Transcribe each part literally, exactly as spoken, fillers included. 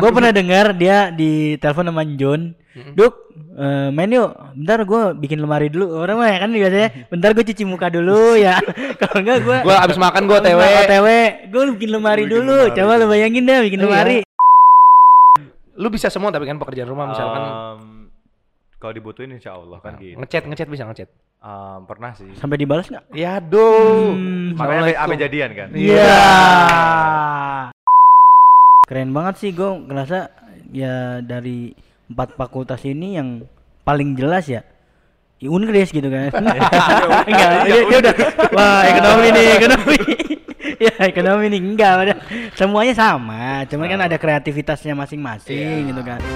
Gue pernah dengar dia di telepon sama John. Mm-hmm. Duk, uh, main yuk. Bentar gue bikin lemari dulu. Orang mah kan biasanya. Bentar gue cuci muka dulu ya. Kalau enggak gue. Gue abis makan gue O T W. O T W. Gue bikin lemari bikin dulu. Lemari. Coba lu bayangin dah bikin iya. lemari. Lu bisa semua tapi kan pekerjaan rumah misalkan. Um, kalau dibutuhin insya Allah kan gitu. Ngechat ngechat bisa ngechat. Um, pernah sih. Sampai dibalas nggak? Ya dong. Hmm, makanya sampai jadian kan. Iya. Yeah. Keren banget sih, gue ngerasa ya dari empat fakultas ini yang paling jelas ya. Ya Unkris gitu kan. Enggak, dia, dia udah wah ekonomi nih, ekonomi. Ya ekonomi nih enggak ada. Semuanya sama, cuman kan ada kreativitasnya masing-masing yeah. gitu kan.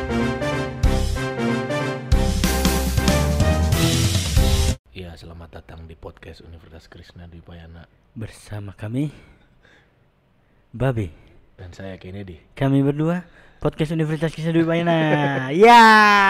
Ya, selamat datang di podcast Universitas Krishna Dwipayana bersama kami Babe dan saya Kennedy. Kami berdua podcast Universitas Krishna Dwipayana. Ya,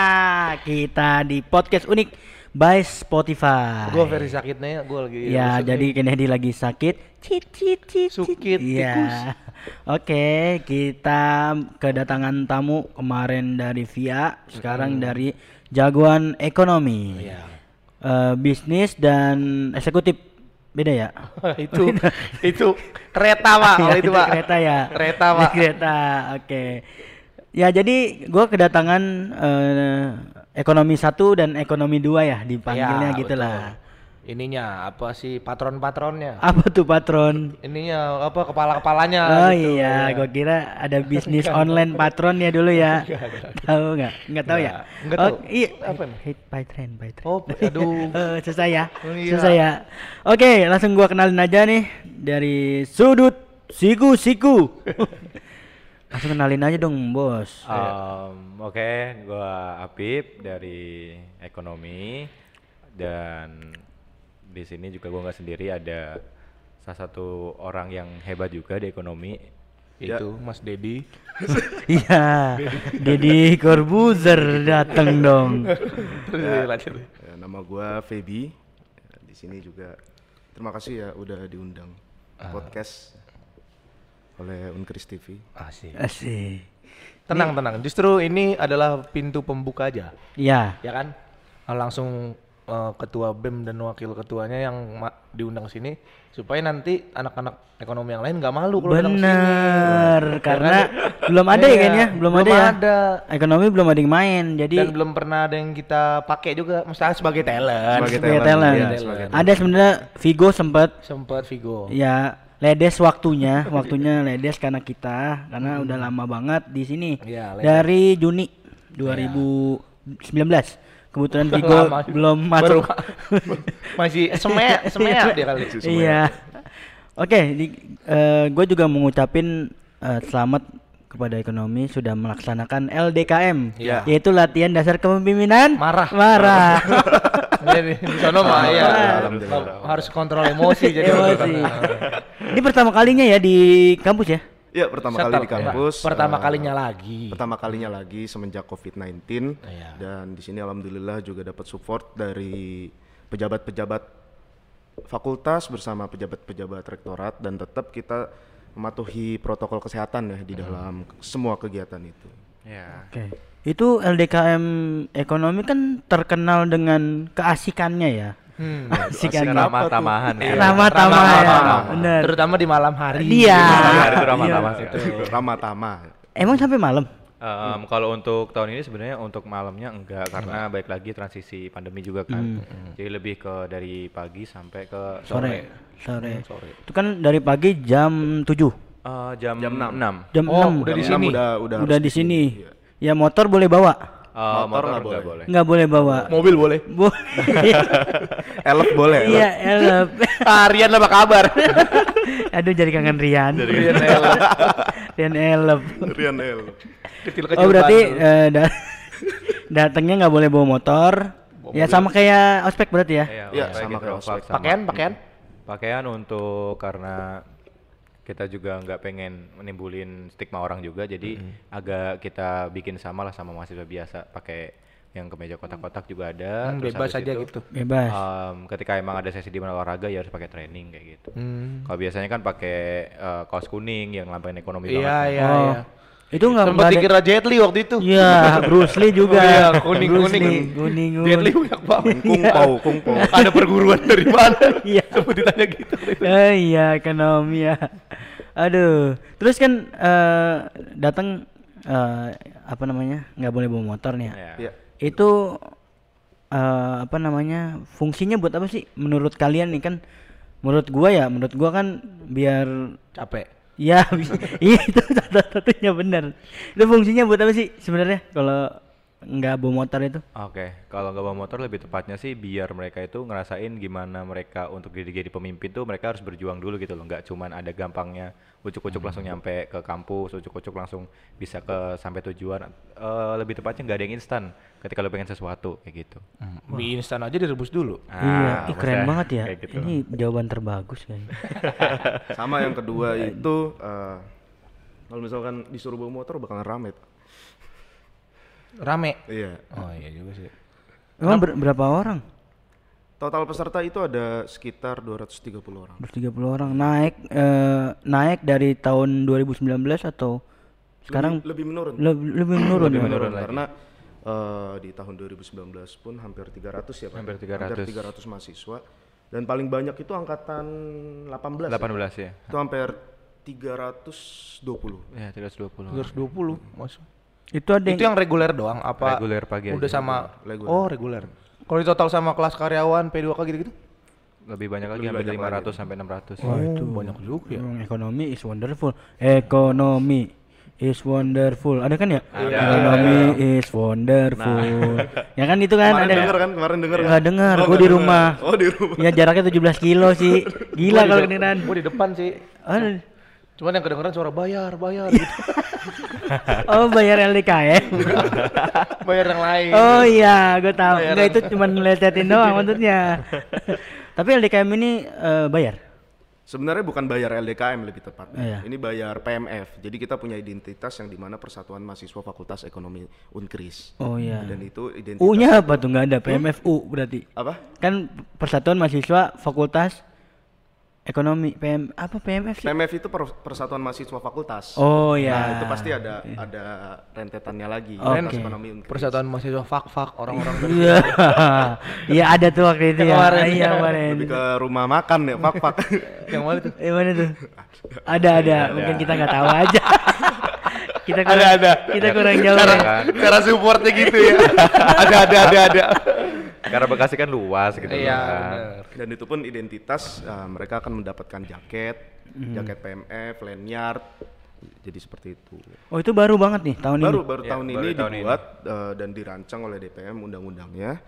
kita di podcast unik by Spotify. Gue versi sakitnya, gue lagi. Ya, jadi nih. Kennedy lagi sakit. Cit cit cit. Sukit. Ya. Oke, kita kedatangan tamu kemarin dari Via, sekarang hmm. dari jagoan ekonomi. Ya. Uh, bisnis dan eksekutif beda ya? itu itu kereta pak kalau itu pak kereta ya kereta pak kereta oke okay. Ya jadi gue kedatangan uh, ekonomi satu dan ekonomi dua ya dipanggilnya ya, gitulah. Ininya apa sih patron-patronnya? Apa tuh patron? Ininya apa kepala-kepalanya? Oh gitu, iya, ya. Gue kira ada bisnis online patronnya dulu ya. Tahu nggak? Nggak tahu ya? Nggak tahu. Oh, iya. Apa? Hit by trend, by trend. Oh, aduh. uh, susah ya, oh, iya. susah ya. Oke, langsung gue kenalin aja nih dari sudut siku-siku. Langsung kenalin aja dong, bos. Um, Oke, okay. Gue Apip dari ekonomi dan di sini juga gue nggak sendiri, ada salah satu orang yang hebat juga di ekonomi itu ya. Mas Dedi. Iya, Dedi Corbuzier datang dong. Ya, ya, nama gue Feby. Ya, di sini juga terima kasih ya udah diundang uh. podcast oleh Unkris T V. Asik. Asik. Tenang ini, tenang. Justru ini adalah pintu pembuka aja. Iya. Ya kan? Langsung Uh, ketua B E M dan wakil ketuanya yang ma- diundang ke sini supaya nanti anak-anak ekonomi yang lain nggak malu kalau datang ke sini. Bener, karena belum ada ya kan ya, belum, belum ada ya. Ada. Ekonomi belum ada yang main, jadi dan belum pernah ada yang kita pakai juga, misalnya sebagai talent. Sebagai, sebagai talent. talent. Ya, sebagai ada sebenarnya Vigo sempat. Sempat Vigo. Ya, ledes waktunya, waktunya ledes karena kita, karena hmm. udah lama banget di sini. Ya, dari Juni dua ribu sembilan belas. Ya. Kebetulan Vigo lama, belum masuk. Masih semek semek dia kali. Iya. Oke, uh, gue juga mengucapin uh, selamat kepada ekonomi sudah melaksanakan L D K M, yeah. yaitu latihan dasar kepemimpinan. Marah. Marah. Di sono mah ya. Harus kontrol emosi jadi. Emosi. Ini pertama kalinya ya di kampus ya? Iya, pertama Setup, kali di kampus. Ya. Pertama uh, kalinya lagi. Pertama kalinya lagi semenjak covid sembilan belas. Ya. Dan di sini alhamdulillah juga dapat support dari pejabat-pejabat fakultas bersama pejabat-pejabat rektorat, dan tetap kita mematuhi protokol kesehatan ya di hmm. dalam semua kegiatan itu. Ya. Oke. Okay. Itu L D K M ekonomi kan terkenal dengan keasikannya ya. Hmm, asik kan, ramah-tamahan ya. Ramah-tamah ya. Benar. Terutama di malam hari. Iya. Hari itu ramah-tamah itu. Ramah-tamah. Emang sampai malam? Um, kalau untuk tahun ini sebenarnya untuk malamnya enggak, karena hmm. baik lagi transisi pandemi juga kan. Hmm. Jadi lebih ke dari pagi sampai ke sore. Sore. Sore. Itu kan dari pagi jam tujuh. Uh, jam jam enam. Jam oh, enam. Udah di sini. Udah udah, udah di sini. Ya motor boleh bawa. Uh, motor nggak boleh. boleh. Nggak boleh bawa. Mobil boleh. Bo- elf boleh. Iya, elf. Ah, Rian apa kabar? Aduh, jadi kangen Rian. Rian elf. Rian elf. Rian elf. Oh, berarti uh, da- datangnya nggak boleh bawa motor. Bawa ya mobil. Sama kayak ospek berarti ya? Iya, ya, sama kayak ospek. Pakaian, pakaian? Pakaian untuk karena kita juga nggak pengen menimbulin stigma orang juga, jadi mm-hmm. agak kita bikin sama lah sama mahasiswa biasa, pakai yang kemeja kotak-kotak juga ada. Hmm, bebas aja itu, gitu. Bebas. Um, ketika emang ada sesi di mana olahraga ya harus pakai training kayak gitu. Hmm. Kalau biasanya kan pakai uh, kaos kuning yang lambangin ekonomi iya, banget. Iya, oh. iya. Itu nggak Sempat nggak ada- dikira Jet Li waktu itu. Iya, Bruce Lee juga. Oh iya, kuning, Bruce kuning. Lee, kuning, Jet Li kuning. banyak banget. Kungpau, kungpau. Ada perguruan dari mana? Iya. Sempat ditanya gitu. Eh, iya, ekonomi ya. Aduh, terus kan eh, datang eh, apa namanya? Nggak boleh bawa motor nih ya. Ya. Iya. Itu eh, apa namanya? Fungsinya buat apa sih menurut kalian nih kan? Menurut gua ya, menurut gua kan biar Capek. ya bisa- iya itu satu-satunya benar. Itu fungsinya buat apa sih sebenarnya kalau nggak bawa motor itu? Oke, kalau nggak bawa motor lebih tepatnya sih biar mereka itu ngerasain gimana mereka untuk jadi jadi pemimpin tuh mereka harus berjuang dulu gitu loh, nggak cuman ada gampangnya ucuk-ucuk langsung nyampe ke kampus, ucuk-ucuk langsung bisa ke sampai tujuan. Eh, lebih tepatnya nggak ada yang instan ketika lo pengen sesuatu kayak gitu. Mie instan aja direbus dulu. Iya, ih, keren maksudnya banget ya. kayak gitu. Ini jawaban terbagus kayaknya. Sama yang kedua itu eh, kalau misalkan disuruh bawa motor bakalan rame. Pak. Rame. Iya. Oh iya juga sih. Emang ber- berapa orang? Total peserta itu ada sekitar dua ratus tiga puluh orang. dua ratus tiga puluh orang. Naik eh, naik dari tahun dua ribu sembilan belas atau sekarang lebih, lebih menurun. lebih, lebih menurun lebih ya? menurun lagi. karena eh, di tahun dua ribu sembilan belas pun hampir tiga ratus ya Pak. Hampir tiga ratus. tiga ratus mahasiswa dan paling banyak itu angkatan delapan belas. delapan ya. belas ya. Itu hampir tiga ratus dua puluh. Ya, tiga ratus dua puluh. tiga ratus dua puluh masuk. Itu ada Itu yang reguler doang apa? Reguler pagi Udah aja. sama Reguler. Oh, reguler. Kalau di total sama kelas karyawan P dua K gitu-gitu? Lebih banyak lagi Lebih hampir banyak lima ratus lagi. sampai enam ratus. Wah, itu banyak juga ya. Hmm, ekonomi is wonderful. Ekonomi is wonderful. Ada kan ya? Ekonomi is wonderful. Ya kan itu kan Kemarin ada. denger kan? Kemarin denger Nggak dengar, Oh, gua nggak di denger. rumah. Oh, di rumah. Ya jaraknya tujuh belas kilo sih. Gila kalau kedengeran. Gue di depan sih. Aduh. Cuman yang kedengeran suara bayar, bayar gitu. Oh, bayar L D K M. bayar yang lain. Oh iya, gue tahu. Bayaran. Enggak itu cuma ngeliatin doang maksudnya. Tapi L D K M ini eh, bayar. Sebenarnya bukan bayar L D K M lebih tepatnya. Iya. Ini bayar P M F. Jadi kita punya identitas yang dimana Persatuan Mahasiswa Fakultas Ekonomi Unkris. Oh iya. Dan itu identitas. U-nya apa tuh? Nggak ada. P M F U berarti. Apa? Kan Persatuan Mahasiswa Fakultas Ekonomi. P M apa P M F sih? P M F itu per- Persatuan Mahasiswa Fakultas. Oh iya. Nah, itu pasti ada ada rentetannya lagi. Oke. Fakultas Ekonomi Unkris. Persatuan mahasiswa fak-fak orang-orang dari Iya. Iya ada tuh waktu itu Yang ya. kemarin. Iya kemarin. Lebih ke rumah makan ya, pak-pak. yang mana tuh? Eh mana tuh? Ada ada. Mungkin kita nggak tahu aja. kita kurang, Ada, ada. Kita kurang jauh. Cara, ya. cara supportnya gitu ya. ada, ada, ada, ada. Karena Bekasi kan luas gitu Iya, kan. bener. Dan itu pun identitas uh, mereka akan mendapatkan jaket, Hmm. jaket P M F, lanyard. Jadi seperti itu. Oh itu baru banget nih tahun Baru ini. baru Ya, tahun baru ini tahun ini. dibuat uh, dan dirancang oleh D P M undang-undangnya.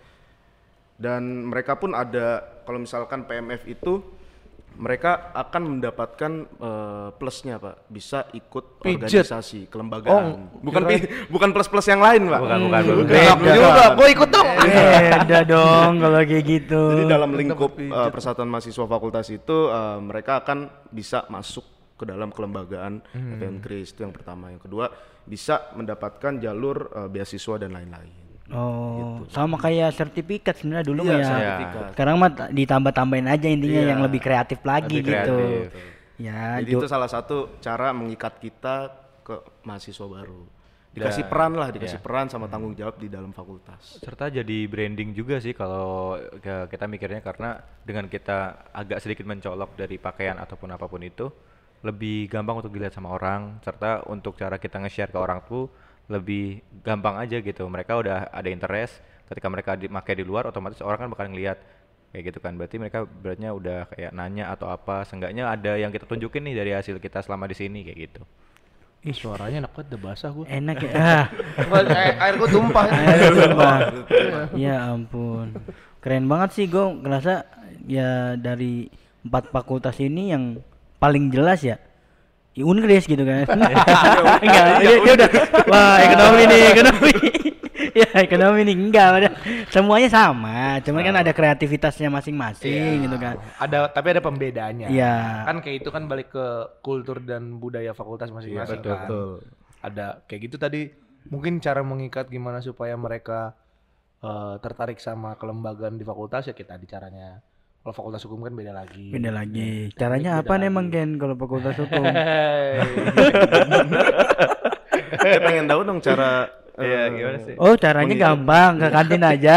Dan mereka pun ada kalau misalkan P M F itu mereka akan mendapatkan uh, plusnya Pak, bisa ikut Pijet. organisasi kelembagaan. Oh, bukan pi- bukan plus-plus yang lain Pak. Bukan, bukan, bukan. Beda. Beda juga, gue ikut dong. Beda dong kalau kayak gitu. Jadi dalam lingkup uh, Persatuan Mahasiswa Fakultas itu uh, mereka akan bisa masuk ke dalam kelembagaan Hmm. F M Kris itu yang pertama. Yang kedua bisa mendapatkan jalur uh, beasiswa dan lain-lain. Oh, sama kayak sertifikat sebenarnya dulu Iya, mah ya. sertifikat. Sekarang mah ta- ditambah-tambahin aja intinya Iya. yang lebih kreatif lagi Lebih gitu. kreatif. Ya, Jadi Jo- itu salah satu cara mengikat kita ke mahasiswa baru. Dikasih peran lah, dikasih iya. peran sama tanggung jawab di dalam fakultas. Serta jadi branding juga sih kalau ke- kita mikirnya karena dengan kita agak sedikit mencolok dari pakaian ataupun apapun itu lebih gampang untuk dilihat sama orang serta untuk cara kita nge-share ke orang tuh lebih gampang aja gitu. Mereka udah ada interest ketika mereka dipakai di luar otomatis orang kan bakal ngelihat kayak gitu kan. Berarti mereka beratnya udah kayak nanya atau apa, seenggaknya ada yang kita tunjukin nih dari hasil kita selama di sini kayak gitu. Ih, suaranya enak banget, udah basah gue. enak ya. Ah, air, air gue tumpah. ayo coba. Ya ampun. Keren banget sih gue ngerasa ya dari empat fakultas ini yang paling jelas ya. Ya, Unkris gitu kan. Enggak, dia, dia udah wah ekonomi nih, ekonomi. Ya ekonomi nih enggak ada. Semuanya sama, cuman kan ada kreativitasnya masing-masing gitu kan. Ada, tapi ada pembedanya. Iya. Kan kayak itu kan balik ke kultur dan budaya fakultas masing-masing kan. Ada kayak gitu tadi. Mungkin cara mengikat gimana supaya mereka eh, tertarik sama kelembagaan di fakultas ya kita di caranya. Kalau fakultas hukum kan beda lagi. Beda lagi. Caranya apa nih emang Ken kalau fakultas hukum? Saya pengen tahu dong cara. Iya, eh, gimana sih? Oh, caranya gampang, ke kantin aja.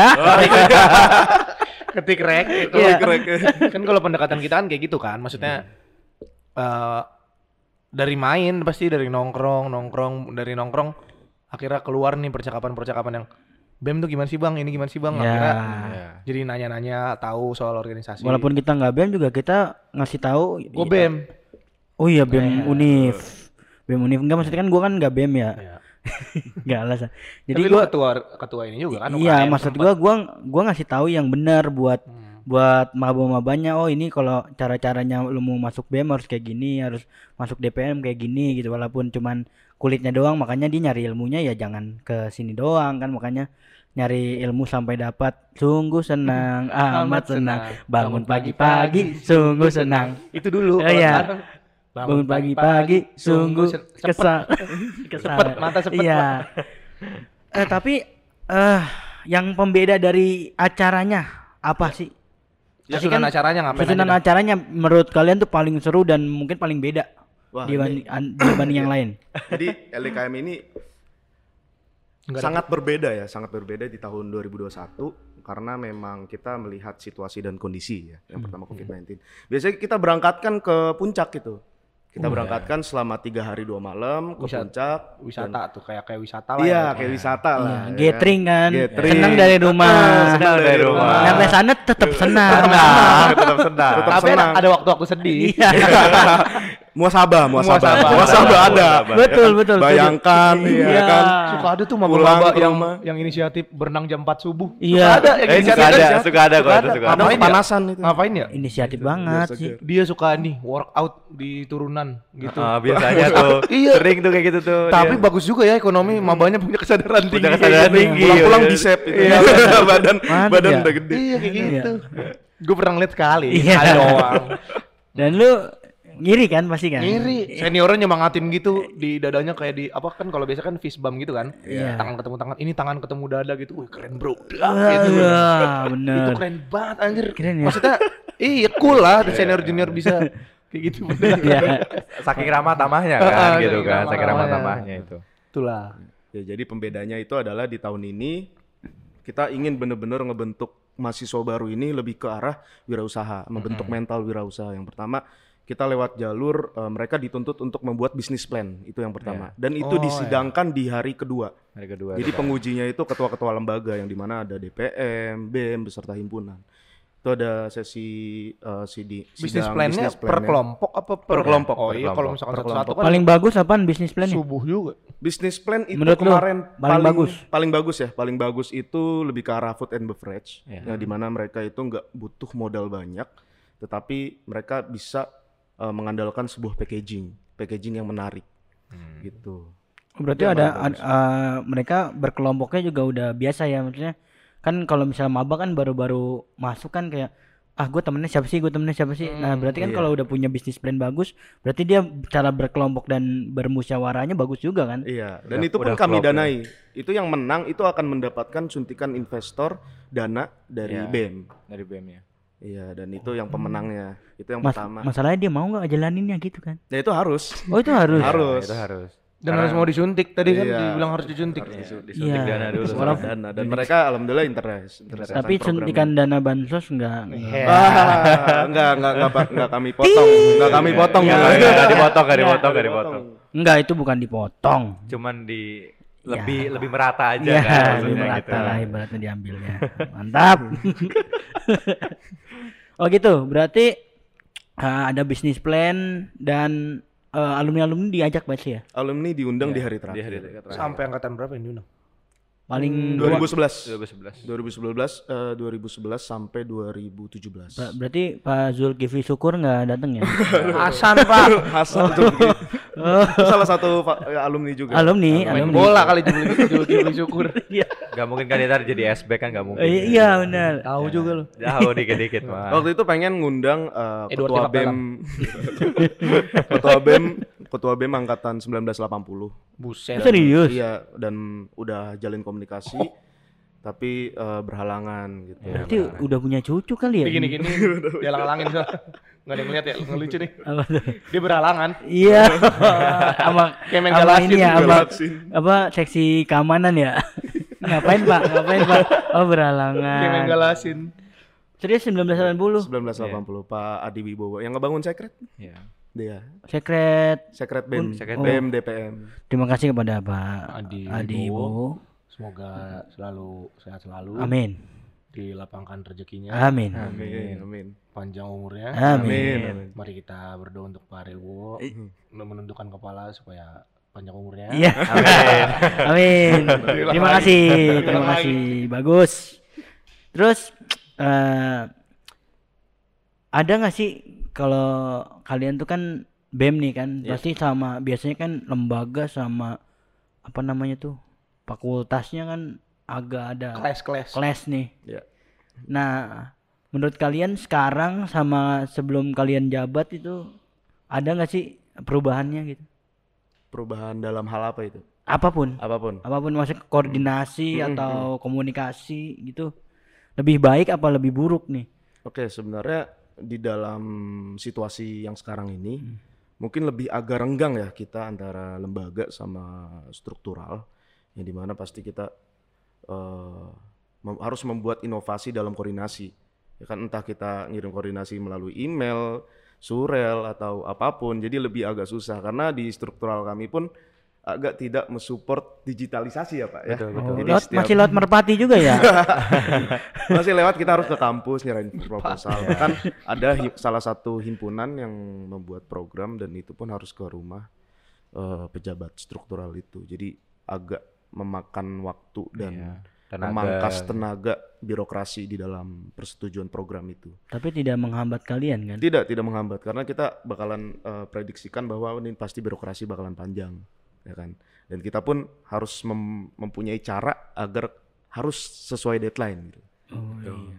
Ketik rek itu. Iya. Kan kalau pendekatan kita kan kayak gitu kan, maksudnya eh dari main pasti dari nongkrong, nongkrong, dari nongkrong akhirnya keluar nih percakapan-percakapan yang B E M tuh gimana sih bang, ini gimana sih bang, Ya. akhirnya Iya. jadi nanya-nanya tahu soal organisasi. Walaupun kita nggak B E M juga kita ngasih tahu. gue B E M. Oh iya B E M Univ. B E M Univ enggak, maksudnya kan gua kan nggak B E M ya. Iya. Enggak alasan. Jadi Tapi lu gua ketua ketua ini juga kan. iya, U K M maksud sempat. gua gua gua ngasih tahu yang benar buat Hmm. buat maba-mabanya. Oh ini kalau cara-caranya lu mau masuk B E M harus kayak gini, harus masuk D P M kayak gini gitu. Walaupun cuman kulitnya doang, makanya dia nyari ilmunya ya jangan ke sini doang kan, makanya nyari ilmu sampai dapat. Sungguh senang, amat senang, bangun pagi-pagi sungguh senang. Itu dulu. Oh, kalau iya. sekarang, Bangun pagi-pagi sungguh se- kesal. Sepet, mata sepet, Iya. Eh tapi eh yang pembeda dari acaranya apa sih? Pasti Susunan kan acaranya ngapain Susunan aja dah? acaranya menurut kalian tuh paling seru dan mungkin paling beda Wah, dibanding, an- dibanding yang lain. Jadi L D K M ini Enggak ada. sangat berbeda ya, sangat berbeda di tahun dua ribu dua puluh satu karena memang kita melihat situasi dan kondisi ya. Yang pertama covid sembilan belas. Biasanya kita berangkatkan ke puncak gitu. Kita berangkatkan selama tiga hari dua malam ke Wisata- puncak. Wisata tuh kayak kayak wisata lah. Iya, ya. kayak wisata lah. Iya, ya gathering kan. Gathering. Senang dari rumah. Senang dari rumah. Sampai sana tetap senang. Senang, tetap senang. Tetap Tapi ada, senang. ada waktu-waktu sedih. Iya. Muasabah, muasabah. Muasabah. Muasabah ada. Betul, betul. Bayangkan Iya. ya kan. Suka ada tuh Pulang maba-maba ke yang rumah. yang inisiatif berenang jam empat subuh. Iya. Suka ada yang Eh, inisiatif suka ada, kan? suka ada kok, itu suka ada. Kadang Ngapain ya? kepanasan itu. Ngapain ya? Inisiatif banget biasa sih. aja. Dia suka nih workout di turunan gitu. Ah, biasanya tuh Iya. sering tuh kayak gitu tuh. Tapi dia. bagus juga ya ekonomi, mabanya punya kesadaran tinggi. Punya kesadaran kayak gitu. tinggi. Pulang-pulang Iya. bicep itu. Iya. badan Mantap badan ya. udah gede. Iya kayak gitu. Gue pernah ngeliat sekali, Iya. sekali doang. Dan lu ngiri kan pasti kan? Ngiri, seniornya nyemangatin gitu di dadanya kayak di apa kan kalau biasa kan fist bump gitu kan. Iya. Tangan ketemu tangan, ini tangan ketemu dada gitu. Wih, keren bro. Wah, gitu. wah, Itu bener. keren banget anjir. Keren ya? Maksudnya iya cool lah senior junior bisa kayak gitu. Iya. Saking ramah tamahnya Ah, kan saking gitu kan, ramah saking ramah tamahnya. tamahnya itu. Itulah. Ya, jadi pembedanya itu adalah di tahun ini kita ingin benar-benar ngebentuk mahasiswa baru ini lebih ke arah wirausaha, membentuk mental wirausaha. Yang pertama, kita lewat jalur eh, mereka dituntut untuk membuat bisnis plan, itu yang pertama. Dan itu Oh, disidangkan di hari kedua. Hari kedua. Jadi pengujinya itu ketua-ketua lembaga yang dimana ada D P M, B E M beserta himpunan. Itu ada sesi eh, sidi, Bisnis sidang plannya bisnis per plan-nya. kelompok apa per, Per kelompok, Oh per iya kalau kelompok, misalkan per satu-satu kelompok. kan Paling bagus apaan bisnis plannya? subuh juga. Bisnis plan itu Menurut lu, kemarin paling bagus? paling bagus ya, paling bagus itu lebih ke arah food and beverage, Iya. ya, di mana mereka itu nggak butuh modal banyak, tetapi mereka bisa uh, mengandalkan sebuah packaging, packaging yang menarik, gitu. Berarti Itu yang ada paling ad- uh, mereka berkelompoknya juga udah biasa ya, maksudnya kan kalau misalnya maba kan baru-baru masuk kan kayak ah gue temennya siapa sih gue temennya siapa sih. Nah berarti kan iya. kalau udah punya bisnis plan bagus, berarti dia cara berkelompok dan bermusyawarahnya bagus juga kan. Iya, dan Udah- itu pun udah kami klop ya. danai. Itu yang menang itu akan mendapatkan suntikan investor dana dari Iya. B E M. Dari B E M ya. Iya, dan itu yang pemenangnya. Itu yang Mas- pertama. masalahnya dia mau nggak jalaninnya gitu kan. Ya itu harus. Oh itu harus. Harus. Itu harus. Dan harus mau disuntik tadi kan Iya. dibilang harus disuntik. Iya, disuntik Iya. dana dulu. Walaupun- Dana dan mereka alhamdulillah interest. interest Tapi akan program suntikan ini. dana bansos enggak. Iya. Ah, enggak, enggak, enggak, Pak. Enggak kami potong. Enggak kami potong. Enggak, Enggak. enggak, enggak dipotong, enggak dipotong, enggak dipotong. Enggak, itu bukan dipotong. Cuman di lebih lebih merata aja Iya, kan lebih maksudnya merata gitu. lah ibaratnya diambilnya. Mantap. Oh gitu, berarti ah, ada bisnis plan dan eh, alumni-alumni diajak pasti ya. Alumni diundang di hari Di terakhir. hari terakhir. Sampai angkatan berapa ini diundang? Paling dua dua- ribu sebelas. dua ribu sebelas. dua ribu sebelas eh, dua ribu sebelas sampai dua ribu tujuh belas. Ber- berarti Pak Zulkifli Syukur nggak datang ya? Hasan Pak. Hasan Zulkifli. Itu salah satu fa- eh, alumni juga. alumni, Main alumni. bola kali Zulkifli syukur. Iya. Gak mungkin kan dia ntar jadi S B kan gak mungkin. Eh, iya benar. Tahu juga lu. Jauh dikit-dikit mah. Waktu itu pengen ngundang eh, Edward ketua Tebak B E M ketua B E M ketua B E M angkatan sembilan belas delapan puluh. Buset. Serius? Iya, dan udah jalin komunikasi. tapi uh, berhalangan gitu. Ya, Berarti udah punya cucu kali ya? Gini-gini dia lang-langin so. Nggak ada yang ngeliat ya, ngelucu nih. Apa tuh? Dia berhalangan. Iya. Sama Kayak main sama galasin, ini ya, apa, galasin. apa seksi keamanan ya? Ngapain Pak? Ngapain Pak? Oh berhalangan. Kayak main galasin. Serius sembilan belas delapan puluh? sembilan belas delapan puluh Pak Adi Wibowo yang ngebangun Secret. Iya. Dia. Secret. Secret B E M, Secret B E M D P M. Terima kasih kepada Pak Adi Adi Wibowo. Wibowo. Semoga selalu sehat selalu. Amin. Dilapangkan rezekinya. Amin. Amin, amin. Panjang umurnya. Amin. Amin. Mari kita berdoa untuk Pak Rewo menundukkan kepala supaya panjang umurnya. Iya. Amin. Terima kasih. Terima kasih. Bagus. Terus eh ada nggak sih kalau kalian tuh kan B E M nih kan pasti sama biasanya kan lembaga sama apa namanya tuh fakultasnya kan agak ada Kelas-kelas. kelas nih. Ya. Nah, menurut kalian sekarang sama sebelum kalian jabat itu ada nggak sih perubahannya gitu? Perubahan dalam hal apa itu? Apapun, Apapun. apapun maksudnya koordinasi Hmm, atau komunikasi gitu. Lebih baik apa lebih buruk nih? Oke, sebenarnya di dalam situasi yang sekarang ini mungkin lebih agak renggang ya kita antara lembaga sama struktural, yang dimana pasti kita uh, mem- harus membuat inovasi dalam koordinasi. Ya kan entah kita ngirim koordinasi melalui email, surel atau apapun, jadi lebih agak susah karena di struktural kami pun agak tidak mensupport digitalisasi ya Pak ya. Betul, Oh, Jadi lewat, setiap- masih lewat merpati juga ya? masih lewat kita harus ke kampus nyerahin proposal. Kan ada hi- salah satu himpunan yang membuat program dan itu pun harus ke rumah eh, pejabat struktural itu. Jadi agak memakan waktu dan Iya, tenaga. memangkas tenaga birokrasi di dalam persetujuan program itu. Tapi tidak menghambat kalian kan? Tidak, tidak menghambat karena kita bakalan eh, prediksikan bahwa ini pasti birokrasi bakalan panjang, ya kan. Dan kita pun harus mem- mempunyai cara agar harus sesuai deadline gitu. Oh, iya.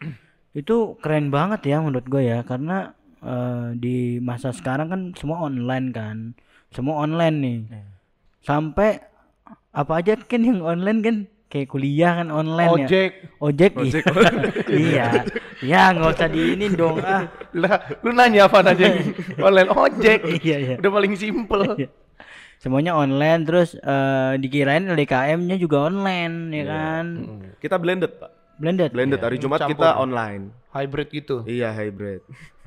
Itu keren banget ya menurut gue ya karena eh, di masa sekarang kan semua online kan, semua online nih. Sampai apa aja kan yang online kan kayak kuliah kan online Ojek. ya. Ojek. Ojek. Iya. Ya nggak usah diinin dong ah. Lah, lu nanya apa aja online ojek. Iya iya. Udah paling simpel. Semuanya online terus eh, dikirain L D K M-nya juga online ya kan. Kita blended Pak. Blended. Blended hari Jumat Campur. kita online. Hybrid gitu. Iya hybrid.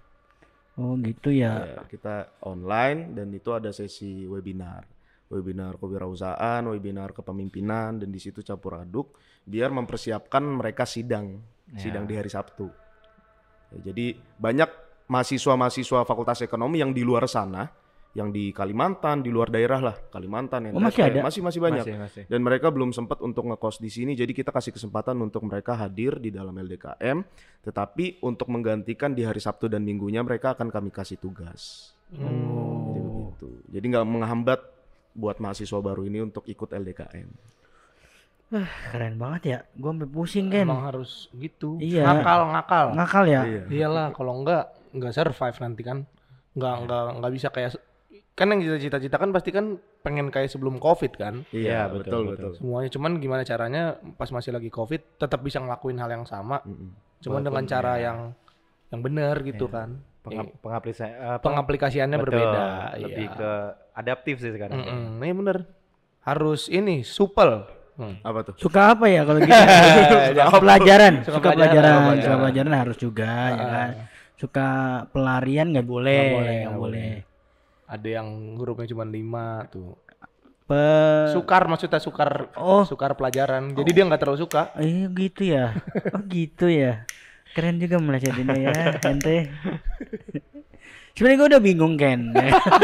Oh gitu ya. Ya, kita online dan itu ada sesi webinar. Webinar kewirausahaan, webinar kepemimpinan dan di situ campur aduk biar mempersiapkan mereka sidang, sidang di hari Sabtu. Ya, jadi banyak mahasiswa-mahasiswa Fakultas Ekonomi yang di luar sana, yang di Kalimantan, di luar daerah lah, Kalimantan, Oh, masih N T T, ada? masih masih banyak. Masih, masih. Dan mereka belum sempat untuk ngekos di sini, jadi kita kasih kesempatan untuk mereka hadir di dalam L D K M, tetapi untuk menggantikan di hari Sabtu dan Minggunya mereka akan kami kasih tugas. Jadi begitu. Jadi nggak menghambat buat mahasiswa baru ini untuk ikut L D K M. Keren banget ya. Gua sampai pusing kan. Emang harus gitu. Iya. Ngakal, ngakal. Ngakal ya. Iya. Iyalah, kalau enggak enggak survive nanti kan. Enggak enggak enggak bisa kayak kan yang cita-cita kan pasti kan pengen kayak sebelum Covid kan. Iya, betul, betul, betul. betul. Semuanya cuman gimana caranya pas masih lagi Covid tetap bisa ngelakuin hal yang sama. Mm-mm. Cuman dengan cara yang yang benar gitu kan. Pengap- pengaplikasi- apa? Pengaplikasiannya Betul, berbeda. lebih Iya. ke adaptif sih sekarang. Mm-mm, ini bener. Harus ini supel. Hmm. Apa tuh? Suka apa ya kalau gitu? Suka pelajaran, Suka suka pelajaran, pelajaran, suka suka pelajaran harus juga ya kan. Suka pelarian nggak boleh, Nggak boleh, nggak nggak boleh. Ada yang hurufnya cuma lima tuh. Pe- Sukar maksudnya sukar Oh. sukar pelajaran. Jadi dia nggak terlalu suka. Eh gitu ya. Oh gitu ya. Keren juga melesetinnya ya, ente. Sebenarnya gue udah bingung Ken.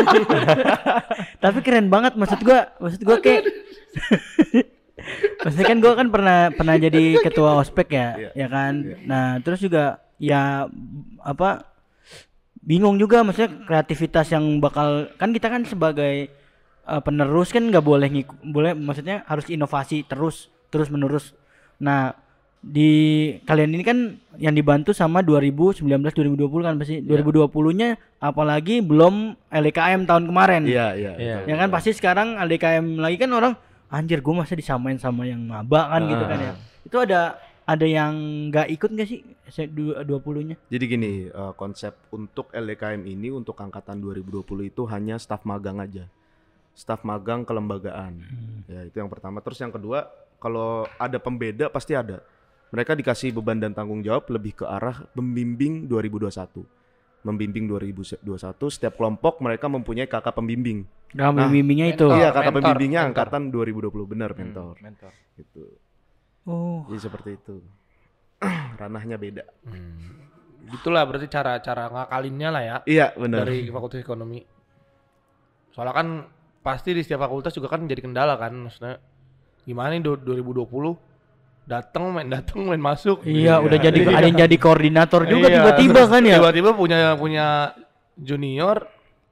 Tapi keren banget maksud gua, maksud gua kayak maksudnya kan gue kan pernah pernah jadi ketua ospek ya, ya kan. Nah terus juga ya apa bingung juga maksudnya kreativitas yang bakal kan kita kan sebagai uh, penerus kan nggak boleh ngikut, boleh maksudnya harus inovasi terus terus menerus. Nah di kalian ini kan yang dibantu sama dua ribu sembilan belas dua ribu dua puluh kan pasti dua ribu dua puluh-nya apalagi belum L D K M tahun kemarin. Iya, iya. Iya. betul. Ya kan pasti sekarang L D K M lagi kan orang anjir gue masa disamain sama yang maba kan gitu kan ya. Itu ada ada yang nggak ikut nggak sih dua puluh-nya? Jadi gini, uh, konsep untuk L D K M ini untuk angkatan dua ribu dua puluh itu hanya staf magang aja. Staf magang kelembagaan. Hmm. Ya, itu yang pertama. Terus yang kedua, kalau ada pembeda pasti ada. Mereka dikasih beban dan tanggung jawab lebih ke arah pembimbing dua ribu dua puluh satu. Membimbing dua ribu dua puluh satu, setiap kelompok mereka mempunyai kakak pembimbing. Kakak nah, pembimbingnya itu. Iya, kakak mentor, pembimbingnya mentor. Angkatan dua ribu dua puluh, benar, mentor. Hmm, mentor. Gitu. Oh. Jadi seperti itu. Ranahnya beda. Hmm. Itulah berarti cara-cara ngakalinnya lah ya. Iya, benar. Dari Fakultas Ekonomi. Soalnya kan pasti di setiap fakultas juga kan jadi kendala kan, maksudnya gimana nih dua ribu dua puluh datang main datang main masuk. Iya, iya. Udah jadi ada yang jadi koordinator juga iya. tiba-tiba kan ya. Tiba-tiba punya punya junior